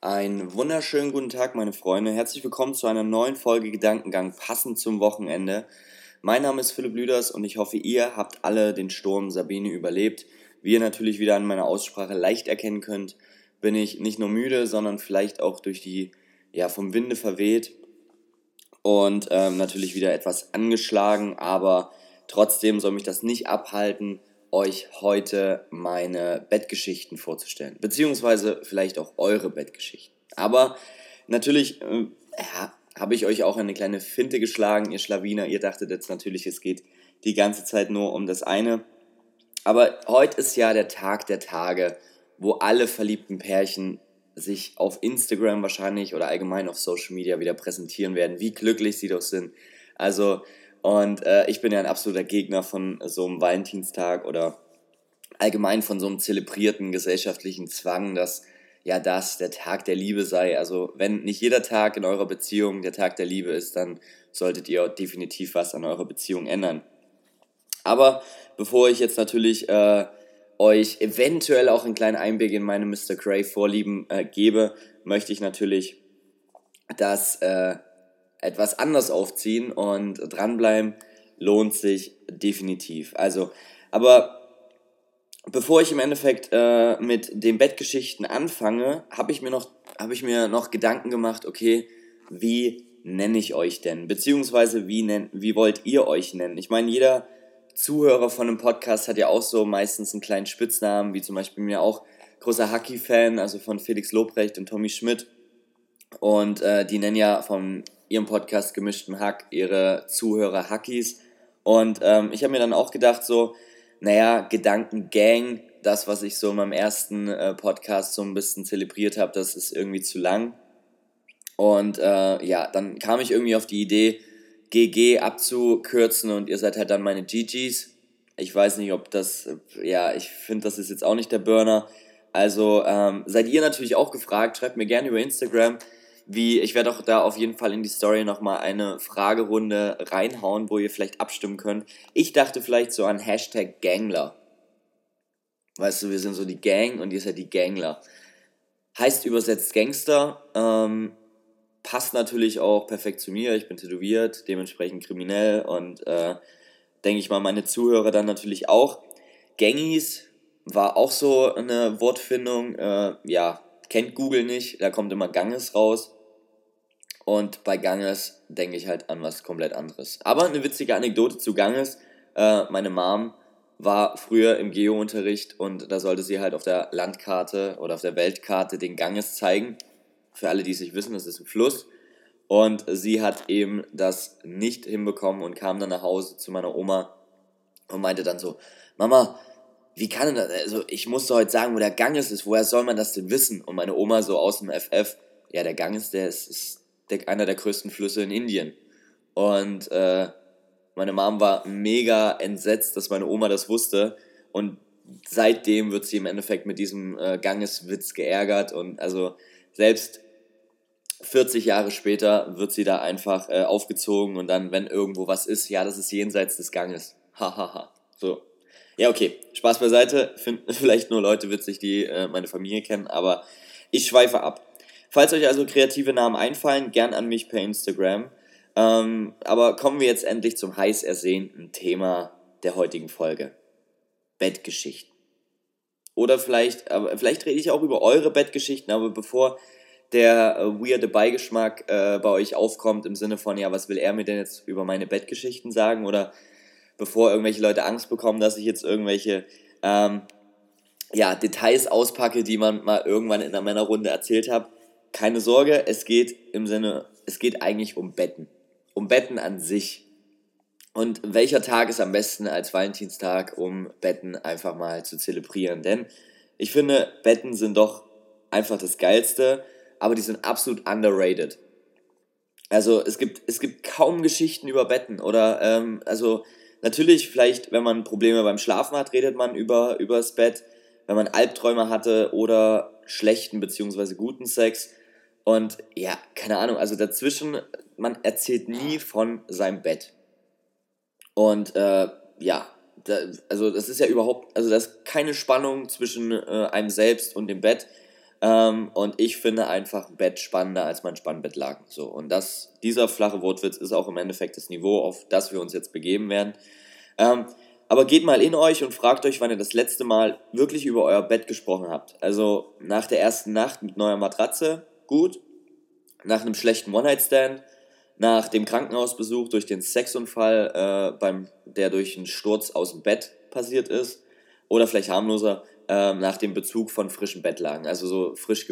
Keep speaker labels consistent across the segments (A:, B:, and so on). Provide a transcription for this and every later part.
A: Einen wunderschönen guten Tag, meine Freunde. Herzlich willkommen zu einer neuen Folge Gedankengang, passend zum Wochenende. Mein Name ist Philipp Lüders und ich hoffe, ihr habt alle den Sturm Sabine überlebt. Wie ihr natürlich wieder an meiner Aussprache leicht erkennen könnt, bin ich nicht nur müde, sondern vielleicht auch vom Winde verweht und natürlich wieder etwas angeschlagen, aber trotzdem soll mich das nicht abhalten, euch heute meine Bettgeschichten vorzustellen, beziehungsweise vielleicht auch eure Bettgeschichten. Aber natürlich habe ich euch auch eine kleine Finte geschlagen, ihr Schlawiner. Ihr dachtet jetzt natürlich, es geht die ganze Zeit nur um das eine. Aber heute ist ja der Tag der Tage, wo alle verliebten Pärchen sich auf Instagram wahrscheinlich oder allgemein auf Social Media wieder präsentieren werden, wie glücklich sie doch sind. Ich bin ja ein absoluter Gegner von so einem Valentinstag oder allgemein von so einem zelebrierten gesellschaftlichen Zwang, dass ja das der Tag der Liebe sei. Also wenn nicht jeder Tag in eurer Beziehung der Tag der Liebe ist, dann solltet ihr definitiv was an eurer Beziehung ändern. Aber bevor ich jetzt natürlich euch eventuell auch einen kleinen Einblick in meine Mr. Grey Vorlieben gebe, möchte ich natürlich das etwas anders aufziehen und dranbleiben lohnt sich definitiv. Aber bevor ich im Endeffekt mit den Bettgeschichten anfange, habe ich mir noch Gedanken gemacht, okay, wie nenne ich euch denn? Beziehungsweise wie wollt ihr euch nennen? Ich meine, jeder Zuhörer von einem Podcast hat ja auch so meistens einen kleinen Spitznamen, wie zum Beispiel mir auch großer Haki-Fan, also von Felix Lobrecht und Tommy Schmidt. Und die nennen ja von ihrem Podcast Gemischtem Hack ihre Zuhörer Hackis. Und ich habe mir dann auch gedacht, so, naja, Gedankengang, das, was ich so in meinem ersten Podcast so ein bisschen zelebriert habe, das ist irgendwie zu lang. Und dann kam ich irgendwie auf die Idee, GG abzukürzen und ihr seid halt dann meine GGs. Ich weiß nicht, ob das, ich finde, das ist jetzt auch nicht der Burner. Also seid ihr natürlich auch gefragt, schreibt mir gerne über Instagram. Ich werde auch da auf jeden Fall in die Story nochmal eine Fragerunde reinhauen, wo ihr vielleicht abstimmen könnt. Ich dachte vielleicht so an Hashtag Gangler. Weißt du, wir sind so die Gang und ihr seid die Gangler. Heißt übersetzt Gangster, passt natürlich auch perfekt zu mir. Ich bin tätowiert, dementsprechend kriminell und denke ich mal, meine Zuhörer dann natürlich auch. Gangis war auch so eine Wortfindung, kennt Google nicht, da kommt immer Ganges raus. Und bei Ganges denke ich halt an was komplett anderes. Aber eine witzige Anekdote zu Ganges. Meine Mom war früher im Geo-Unterricht und da sollte sie halt auf der Landkarte oder auf der Weltkarte den Ganges zeigen. Für alle, die es nicht wissen, das ist ein Fluss. Und sie hat eben das nicht hinbekommen und kam dann nach Hause zu meiner Oma und meinte dann so, Mama, wie kann denn das, also ich musste heute sagen, wo der Ganges ist, woher soll man das denn wissen? Und meine Oma so aus dem FF, ja, der Ganges, der ist einer der größten Flüsse in Indien. Und meine Mom war mega entsetzt, dass meine Oma das wusste. Und seitdem wird sie im Endeffekt mit diesem Gangeswitz geärgert. Und also selbst 40 Jahre später wird sie da einfach aufgezogen. Und dann, wenn irgendwo was ist, ja, das ist jenseits des Ganges. Hahaha. So. Ja, okay. Spaß beiseite. Finden vielleicht nur Leute witzig, die meine Familie kennen. Aber ich schweife ab. Falls euch also kreative Namen einfallen, gern an mich per Instagram. Aber kommen wir jetzt endlich zum heiß ersehnten Thema der heutigen Folge. Bettgeschichten. Oder vielleicht rede ich auch über eure Bettgeschichten, aber bevor der weirde Beigeschmack bei euch aufkommt im Sinne von, ja, was will er mir denn jetzt über meine Bettgeschichten sagen? Oder bevor irgendwelche Leute Angst bekommen, dass ich jetzt irgendwelche Details auspacke, die man mal irgendwann in einer Männerrunde erzählt hat. Keine Sorge, es geht eigentlich um Betten. Um Betten an sich. Und welcher Tag ist am besten als Valentinstag, um Betten einfach mal zu zelebrieren? Denn ich finde, Betten sind doch einfach das Geilste, aber die sind absolut underrated. Also es gibt kaum Geschichten über Betten oder natürlich vielleicht, wenn man Probleme beim Schlafen hat, redet man über das Bett, wenn man Albträume hatte oder schlechten bzw. guten Sex und ja, keine Ahnung, also dazwischen, man erzählt nie von seinem Bett und das ist ja überhaupt, also da ist keine Spannung zwischen einem selbst und dem Bett. Und ich finde einfach ein Bett spannender als mein Spannbettlaken. So, und dieser flache Wortwitz ist auch im Endeffekt das Niveau, auf das wir uns jetzt begeben werden. Ähm, aber geht mal in euch und fragt euch, wann ihr das letzte Mal wirklich über euer Bett gesprochen habt. Also nach der ersten Nacht mit neuer Matratze, gut. Nach einem schlechten One-Night-Stand, nach dem Krankenhausbesuch durch den Sexunfall, der durch einen Sturz aus dem Bett passiert ist. Oder vielleicht harmloser, nach dem Bezug von frischen Bettlaken. Also so frisch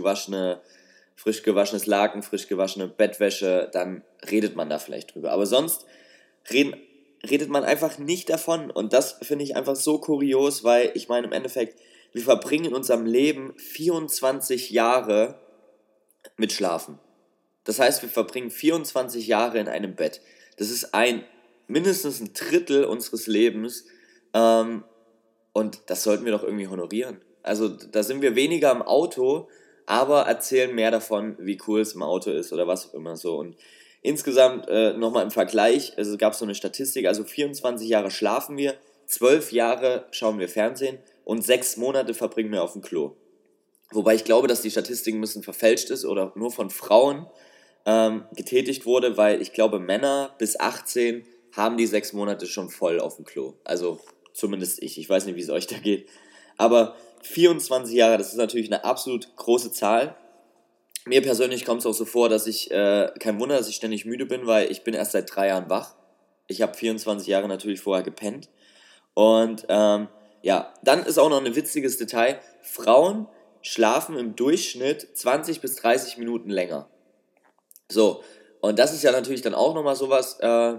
A: gewaschenes Laken, frisch gewaschene Bettwäsche, dann redet man da vielleicht drüber. Aber sonst reden, redet man einfach nicht davon. Und das finde ich einfach so kurios, weil ich meine im Endeffekt, wir verbringen in unserem Leben 24 Jahre mit Schlafen. Das heißt, wir verbringen 24 Jahre in einem Bett. Das ist mindestens ein Drittel unseres Lebens, ähm, und das sollten wir doch irgendwie honorieren. Also da sind wir weniger im Auto, aber erzählen mehr davon, wie cool es im Auto ist oder was auch immer so. Und insgesamt nochmal im Vergleich, es gab so eine Statistik, also 24 Jahre schlafen wir, 12 Jahre schauen wir Fernsehen und 6 Monate verbringen wir auf dem Klo. Wobei ich glaube, dass die Statistik ein bisschen verfälscht ist oder nur von Frauen getätigt wurde, weil ich glaube, Männer bis 18 haben die 6 Monate schon voll auf dem Klo. Also zumindest ich. Ich weiß nicht, wie es euch da geht. Aber 24 Jahre, das ist natürlich eine absolut große Zahl. Mir persönlich kommt es auch so vor, dass kein Wunder, dass ich ständig müde bin, weil ich bin erst seit 3 Jahren wach. Ich habe 24 Jahre natürlich vorher gepennt. Und ja, dann ist auch noch ein witziges Detail. Frauen schlafen im Durchschnitt 20 bis 30 Minuten länger. So, und das ist ja natürlich dann auch nochmal sowas,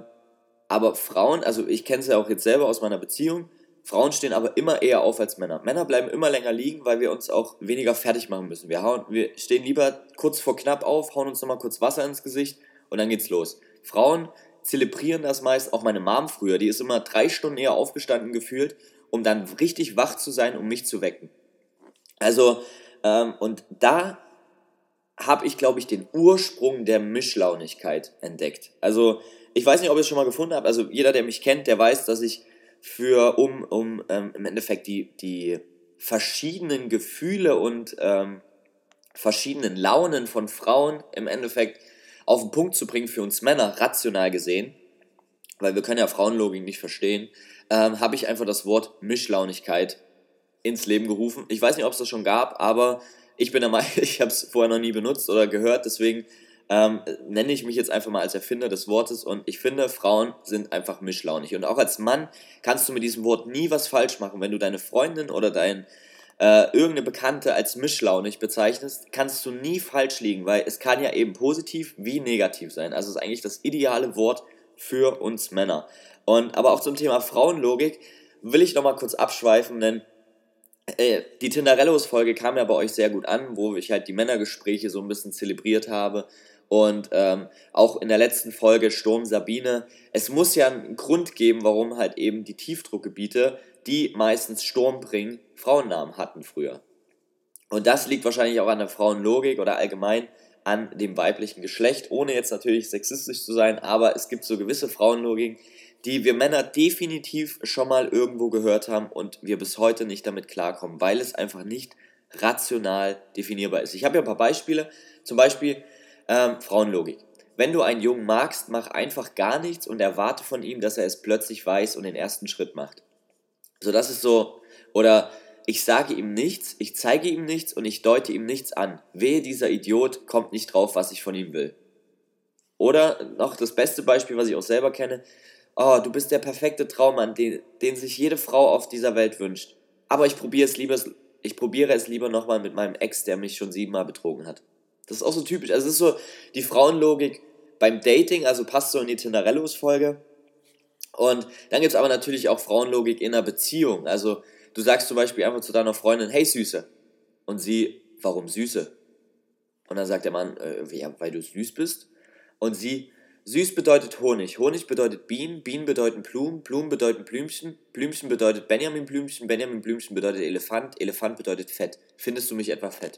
A: aber Frauen, also ich kenne es ja auch jetzt selber aus meiner Beziehung, Frauen stehen aber immer eher auf als Männer. Männer bleiben immer länger liegen, weil wir uns auch weniger fertig machen müssen. Wir stehen lieber kurz vor knapp auf, hauen uns nochmal kurz Wasser ins Gesicht und dann geht's los. Frauen zelebrieren das meist, auch meine Mom früher, die ist immer 3 Stunden eher aufgestanden gefühlt, um dann richtig wach zu sein, um mich zu wecken. Also, und da habe ich, glaube ich, den Ursprung der Mischlaunigkeit entdeckt. Also, ich weiß nicht, ob ihr es schon mal gefunden habt. Also, jeder, der mich kennt, der weiß, dass ich um im Endeffekt die verschiedenen Gefühle und verschiedenen Launen von Frauen im Endeffekt auf den Punkt zu bringen für uns Männer, rational gesehen, weil wir können ja Frauenlogik nicht verstehen, habe ich einfach das Wort Mischlaunigkeit ins Leben gerufen. Ich weiß nicht, ob es das schon gab, aber ich bin der Meinung, ich habe es vorher noch nie benutzt oder gehört, deswegen nenne ich mich jetzt einfach mal als Erfinder des Wortes und ich finde, Frauen sind einfach mischlaunig. Und auch als Mann kannst du mit diesem Wort nie was falsch machen. Wenn du deine Freundin oder irgendeine Bekannte als mischlaunig bezeichnest, kannst du nie falsch liegen, weil es kann ja eben positiv wie negativ sein. Also es ist eigentlich das ideale Wort für uns Männer. Aber auch zum Thema Frauenlogik will ich nochmal kurz abschweifen, denn die Tinderellos-Folge kam ja bei euch sehr gut an, wo ich halt die Männergespräche so ein bisschen zelebriert habe. Und auch in der letzten Folge Sturm Sabine. Es muss ja einen Grund geben, warum halt eben die Tiefdruckgebiete, die meistens Sturm bringen, Frauennamen hatten früher. Und das liegt wahrscheinlich auch an der Frauenlogik oder allgemein an dem weiblichen Geschlecht, ohne jetzt natürlich sexistisch zu sein, aber es gibt so gewisse Frauenlogiken, die wir Männer definitiv schon mal irgendwo gehört haben und wir bis heute nicht damit klarkommen, weil es einfach nicht rational definierbar ist. Ich habe hier ein paar Beispiele, zum Beispiel Frauenlogik. Wenn du einen Jungen magst, mach einfach gar nichts und erwarte von ihm, dass er es plötzlich weiß und den ersten Schritt macht. So, das ist so, oder ich sage ihm nichts, ich zeige ihm nichts und ich deute ihm nichts an. Wehe, dieser Idiot kommt nicht drauf, was ich von ihm will. Oder noch das beste Beispiel, was ich auch selber kenne. Oh, du bist der perfekte Traummann, den sich jede Frau auf dieser Welt wünscht. Aber ich probiere es lieber nochmal mit meinem Ex, der mich schon 7-mal betrogen hat. Das ist auch so typisch. Also es ist so die Frauenlogik beim Dating, also passt so in die Tinderellos-Folge. Und dann gibt es aber natürlich auch Frauenlogik in einer Beziehung. Also du sagst zum Beispiel einfach zu deiner Freundin, hey Süße. Und sie, warum Süße? Und dann sagt der Mann, ja, weil du süß bist. Und sie, süß bedeutet Honig, Honig bedeutet Bienen, Bienen bedeuten Blumen, Blumen bedeuten Blümchen, Blümchen bedeutet Benjamin Blümchen, Benjamin Blümchen bedeutet Elefant, Elefant bedeutet Fett. Findest du mich etwa fett?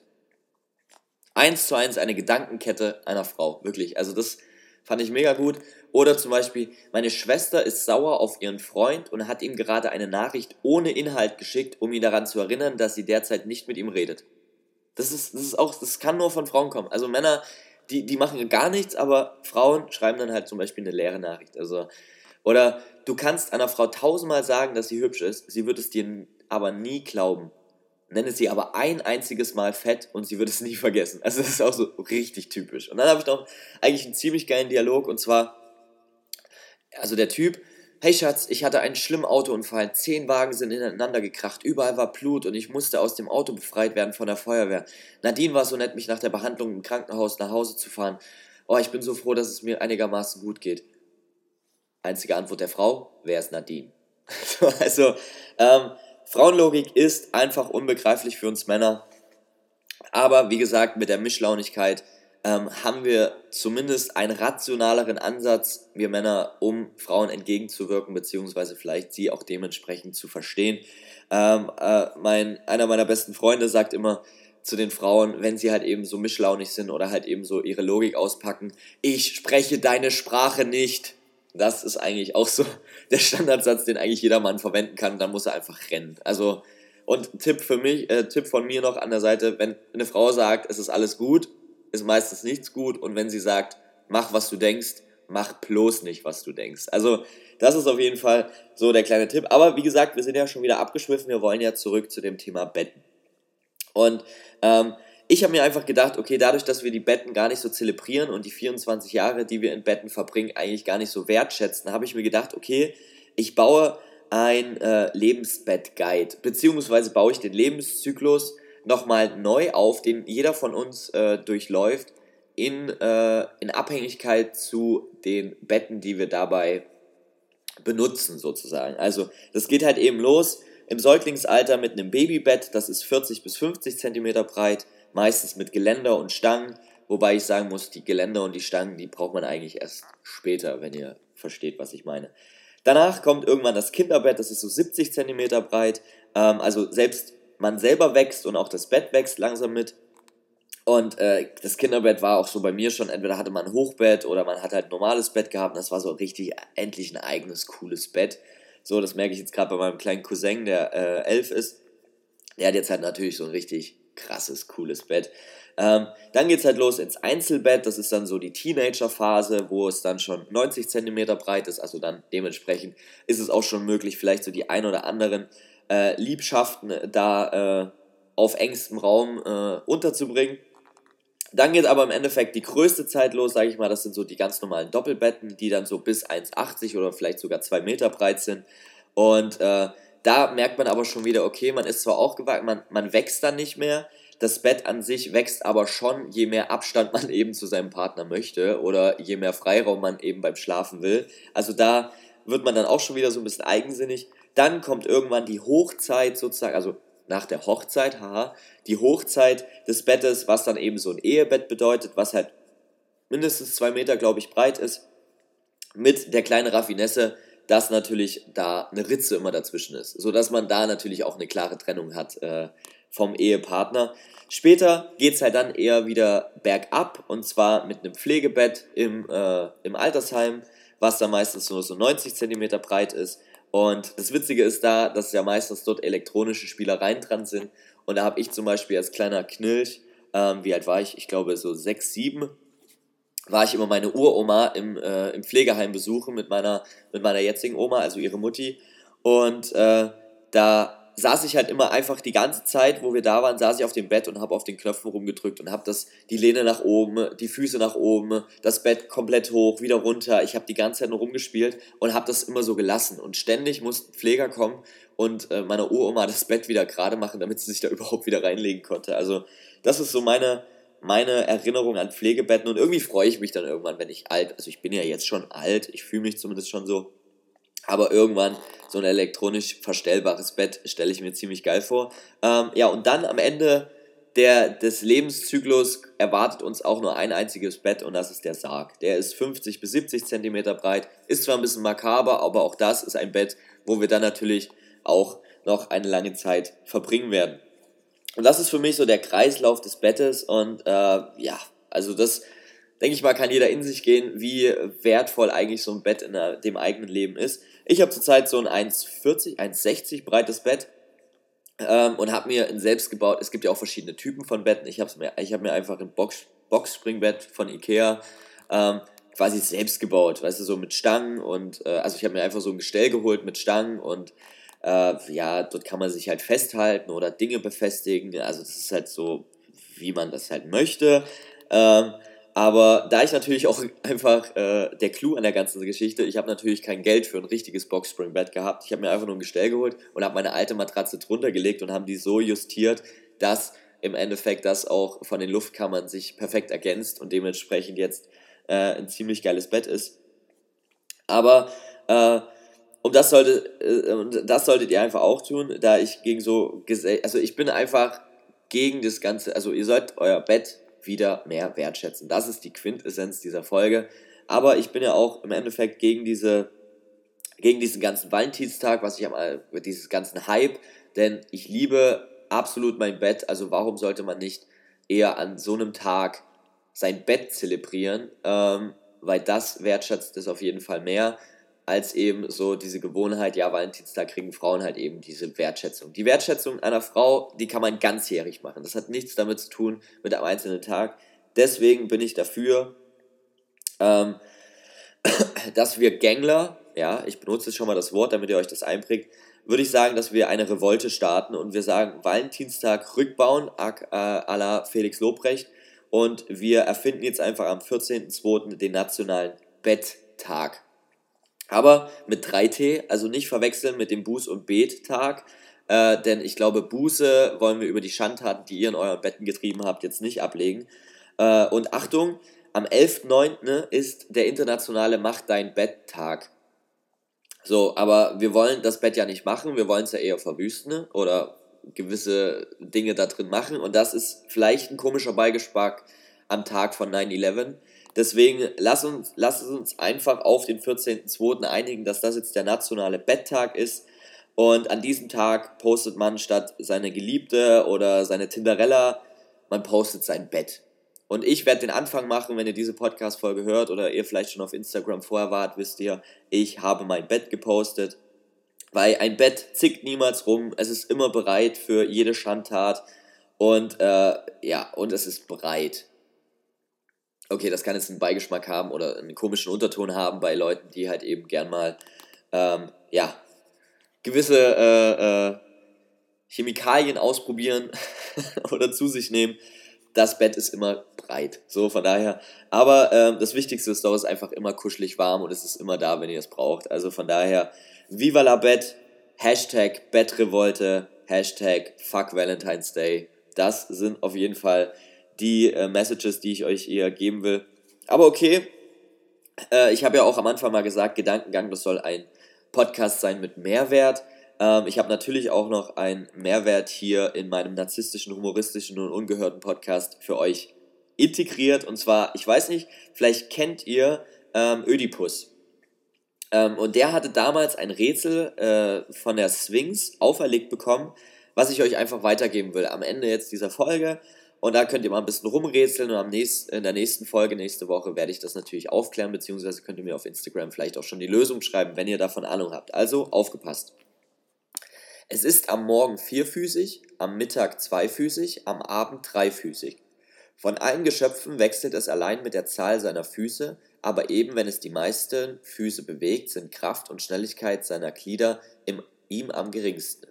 A: 1:1 eine Gedankenkette einer Frau, wirklich. Also das fand ich mega gut. Oder zum Beispiel, meine Schwester ist sauer auf ihren Freund und hat ihm gerade eine Nachricht ohne Inhalt geschickt, um ihn daran zu erinnern, dass sie derzeit nicht mit ihm redet. Das kann nur von Frauen kommen. Also Männer, die machen gar nichts, aber Frauen schreiben dann halt zum Beispiel eine leere Nachricht. Also, oder du kannst einer Frau tausendmal sagen, dass sie hübsch ist, sie wird es dir aber nie glauben. Nenne sie aber ein einziges Mal fett und sie wird es nie vergessen. Also das ist auch so richtig typisch. Und dann habe ich noch eigentlich einen ziemlich geilen Dialog, und zwar, also der Typ: hey Schatz, ich hatte einen schlimmen Autounfall, 10 Wagen sind ineinander gekracht, überall war Blut und ich musste aus dem Auto befreit werden von der Feuerwehr. Nadine war so nett, mich nach der Behandlung im Krankenhaus nach Hause zu fahren. Oh, ich bin so froh, dass es mir einigermaßen gut geht. Einzige Antwort der Frau: wer ist Nadine? Also, ähm, Frauenlogik ist einfach unbegreiflich für uns Männer. Aber wie gesagt, mit der Mischlaunigkeit haben wir zumindest einen rationaleren Ansatz, wir Männer, um Frauen entgegenzuwirken, beziehungsweise vielleicht sie auch dementsprechend zu verstehen. Einer meiner besten Freunde sagt immer zu den Frauen, wenn sie halt eben so mischlaunig sind oder halt eben so ihre Logik auspacken: ich spreche deine Sprache nicht. Das ist eigentlich auch so der Standardsatz, den eigentlich jeder Mann verwenden kann. Dann muss er einfach rennen. Also, und Tipp von mir noch an der Seite: wenn eine Frau sagt, es ist alles gut, ist meistens nichts gut. Und wenn sie sagt, mach, was du denkst, mach bloß nicht, was du denkst. Also, das ist auf jeden Fall so der kleine Tipp. Aber wie gesagt, wir sind ja schon wieder abgeschwiffen. Wir wollen ja zurück zu dem Thema Betten. Und ich habe mir einfach gedacht, okay, dadurch, dass wir die Betten gar nicht so zelebrieren und die 24 Jahre, die wir in Betten verbringen, eigentlich gar nicht so wertschätzen, habe ich mir gedacht, okay, ich baue ein Lebensbett-Guide, beziehungsweise baue ich den Lebenszyklus nochmal neu auf, den jeder von uns durchläuft, in Abhängigkeit zu den Betten, die wir dabei benutzen sozusagen. Also das geht halt eben los im Säuglingsalter mit einem Babybett, das ist 40 bis 50 Zentimeter breit, meistens mit Geländer und Stangen, wobei ich sagen muss, die Geländer und die Stangen, die braucht man eigentlich erst später, wenn ihr versteht, was ich meine. Danach kommt irgendwann das Kinderbett, das ist so 70 Zentimeter breit, also selbst man selber wächst und auch das Bett wächst langsam mit. Und das Kinderbett war auch so bei mir schon, entweder hatte man ein Hochbett oder man hat halt ein normales Bett gehabt, und das war so richtig endlich ein eigenes, cooles Bett. So, das merke ich jetzt gerade bei meinem kleinen Cousin, der 11 ist. Der hat jetzt halt natürlich so ein richtig krasses, cooles Bett. Dann geht es halt los ins Einzelbett, das ist dann so die Teenager-Phase, wo es dann schon 90 Zentimeter breit ist, also dann dementsprechend ist es auch schon möglich, vielleicht so die ein oder anderen Liebschaften da auf engstem Raum unterzubringen. Dann geht aber im Endeffekt die größte Zeit los, sage ich mal, das sind so die ganz normalen Doppelbetten, die dann so bis 1,80 oder vielleicht sogar 2 Meter breit sind. Und da merkt man aber schon wieder, okay, man ist zwar auch gewachsen, man wächst dann nicht mehr, das Bett an sich wächst aber schon, je mehr Abstand man eben zu seinem Partner möchte oder je mehr Freiraum man eben beim Schlafen will. Also da wird man dann auch schon wieder so ein bisschen eigensinnig. Dann kommt irgendwann die Hochzeit sozusagen, also nach der Hochzeit, haha, die Hochzeit des Bettes, was dann eben so ein Ehebett bedeutet, was halt mindestens 2 Meter, glaube ich, breit ist, mit der kleinen Raffinesse, dass natürlich da eine Ritze immer dazwischen ist, sodass man da natürlich auch eine klare Trennung hat vom Ehepartner. Später geht es halt dann eher wieder bergab, und zwar mit einem Pflegebett im Altersheim, was dann meistens nur so 90 Zentimeter breit ist. Und das Witzige ist da, dass ja meistens dort elektronische Spielereien dran sind. Und da habe ich zum Beispiel als kleiner Knilch, wie alt war ich? Ich glaube so 6, 7, war ich immer meine Uroma im Pflegeheim besuchen mit meiner jetzigen Oma, also ihre Mutti. Und da saß ich halt immer einfach die ganze Zeit, wo wir da waren, saß ich auf dem Bett und habe auf den Knöpfen rumgedrückt und habe die Lehne nach oben, die Füße nach oben, das Bett komplett hoch, wieder runter. Ich habe die ganze Zeit nur rumgespielt und habe das immer so gelassen. Und ständig mussten Pfleger kommen und meiner Uroma das Bett wieder gerade machen, damit sie sich da überhaupt wieder reinlegen konnte. Also das ist so meine Erinnerung an Pflegebetten, und irgendwie freue ich mich dann irgendwann, wenn ich alt, also ich bin ja jetzt schon alt, ich fühle mich zumindest schon so, aber irgendwann so ein elektronisch verstellbares Bett stelle ich mir ziemlich geil vor. Ja, und dann am Ende des Lebenszyklus erwartet uns auch nur ein einziges Bett, und das ist der Sarg. Der ist 50 bis 70 Zentimeter breit, ist zwar ein bisschen makaber, aber auch das ist ein Bett, wo wir dann natürlich auch noch eine lange Zeit verbringen werden. Und das ist für mich so der Kreislauf des Bettes, und ja, also das, denke ich mal, kann jeder in sich gehen, wie wertvoll eigentlich so ein Bett in dem eigenen Leben ist. Ich habe zurzeit so ein 1,40, 1,60 breites Bett, und habe mir ein selbst gebaut, es gibt ja auch verschiedene Typen von Betten, ich hab mir einfach ein Boxspringbett von Ikea quasi selbst gebaut, weißt du, so mit Stangen und, also ich habe mir einfach so ein Gestell geholt mit Stangen und ja, dort kann man sich halt festhalten oder Dinge befestigen, also das ist halt so, wie man das halt möchte, ähm, aber da ich natürlich auch einfach der Clou an der ganzen Geschichte, ich habe natürlich kein Geld für ein richtiges Boxspringbett gehabt. Ich habe mir einfach nur ein Gestell geholt und habe meine alte Matratze drunter gelegt und haben die so justiert, dass im Endeffekt das auch von den Luftkammern sich perfekt ergänzt und dementsprechend jetzt ein ziemlich geiles Bett ist. Aber äh, und das solltet ihr einfach auch tun, da ich gegen also ich bin einfach gegen das Ganze, also ihr sollt euer Bett wieder mehr wertschätzen. Das ist die Quintessenz dieser Folge. Aber ich bin ja auch im Endeffekt gegen diesen ganzen Valentinstag, dieses ganzen Hype, denn ich liebe absolut mein Bett, also warum sollte man nicht eher an so einem Tag sein Bett zelebrieren, weil das wertschätzt es auf jeden Fall mehr, als eben so diese Gewohnheit, ja, Valentinstag kriegen Frauen halt eben diese Wertschätzung. Die Wertschätzung einer Frau, die kann man ganzjährig machen. Das hat nichts damit zu tun mit einem einzelnen Tag. Deswegen bin ich dafür, ähm, dass wir Gängler, ja, ich benutze jetzt schon mal das Wort, damit ihr euch das einprägt, würde ich sagen, dass wir eine Revolte starten und wir sagen Valentinstag rückbauen, à la Felix Lobrecht, und wir erfinden jetzt einfach am 14.02. den nationalen Betttag. Aber mit 3T, also nicht verwechseln mit dem Buß- und Bet-Tag, denn ich glaube, Buße wollen wir über die Schandtaten, die ihr in euren Betten getrieben habt, jetzt nicht ablegen. Und Achtung, am 11.09. ist der internationale Mach dein Bett-Tag. So, aber wir wollen das Bett ja nicht machen, wir wollen es ja eher verwüsten, ne? Oder gewisse Dinge da drin machen. Und das ist vielleicht ein komischer Beigeschmack am Tag von 9/11. Deswegen lass uns einfach auf den 14.02. einigen, dass das jetzt der nationale Betttag ist. Und an diesem Tag postet man statt seine Geliebte oder seine Tinderella, man postet sein Bett. Und ich werde den Anfang machen, wenn ihr diese Podcast-Folge hört oder ihr vielleicht schon auf Instagram vorher wart, wisst ihr, ich habe mein Bett gepostet. Weil ein Bett zickt niemals rum, es ist immer bereit für jede Schandtat und ja, und es ist breit. Okay, das kann jetzt einen Beigeschmack haben oder einen komischen Unterton haben bei Leuten, die halt eben gern mal, ja, gewisse Chemikalien ausprobieren oder zu sich nehmen. Das Bett ist immer breit. So, von daher. Aber das Wichtigste ist doch, es ist einfach immer kuschelig warm und es ist immer da, wenn ihr es braucht. Also von daher, Viva la Bett, Hashtag Bettrevolte, Hashtag Fuck Valentine's Day. Das sind auf jeden Fall die Messages, die ich euch hier geben will. Aber okay, ich habe ja auch am Anfang mal gesagt, Gedankengang, das soll ein Podcast sein mit Mehrwert. Ich habe natürlich auch noch einen Mehrwert hier in meinem narzisstischen, humoristischen und ungehörten Podcast für euch integriert. Und zwar, ich weiß nicht, vielleicht kennt ihr Ödipus. Und der hatte damals ein Rätsel von der Sphinx auferlegt bekommen, was ich euch einfach weitergeben will am Ende jetzt dieser Folge. Und da könnt ihr mal ein bisschen rumrätseln und in der nächsten Folge, nächste Woche, werde ich das natürlich aufklären, beziehungsweise könnt ihr mir auf Instagram vielleicht auch schon die Lösung schreiben, wenn ihr davon Ahnung habt. Also aufgepasst. Es ist am Morgen vierfüßig, am Mittag zweifüßig, am Abend dreifüßig. Von allen Geschöpfen wechselt es allein mit der Zahl seiner Füße, aber eben wenn es die meisten Füße bewegt, sind Kraft und Schnelligkeit seiner Glieder ihm am geringsten.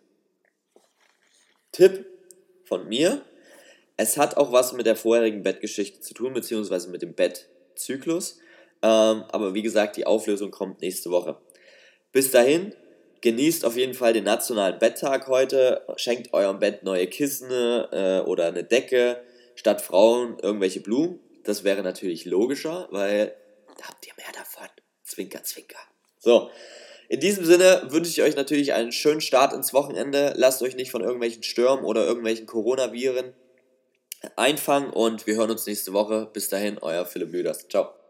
A: Tipp von mir: Es hat auch was mit der vorherigen Bettgeschichte zu tun, beziehungsweise mit dem Bettzyklus. Aber wie gesagt, die Auflösung kommt nächste Woche. Bis dahin, genießt auf jeden Fall den nationalen Betttag heute. Schenkt eurem Bett neue Kissen oder eine Decke. Statt Frauen irgendwelche Blumen. Das wäre natürlich logischer, weil da habt ihr mehr davon. Zwinker, zwinker. So, in diesem Sinne wünsche ich euch natürlich einen schönen Start ins Wochenende. Lasst euch nicht von irgendwelchen Stürmen oder irgendwelchen Coronaviren einfangen und wir hören uns nächste Woche. Bis dahin, euer Philipp Lüders. Ciao.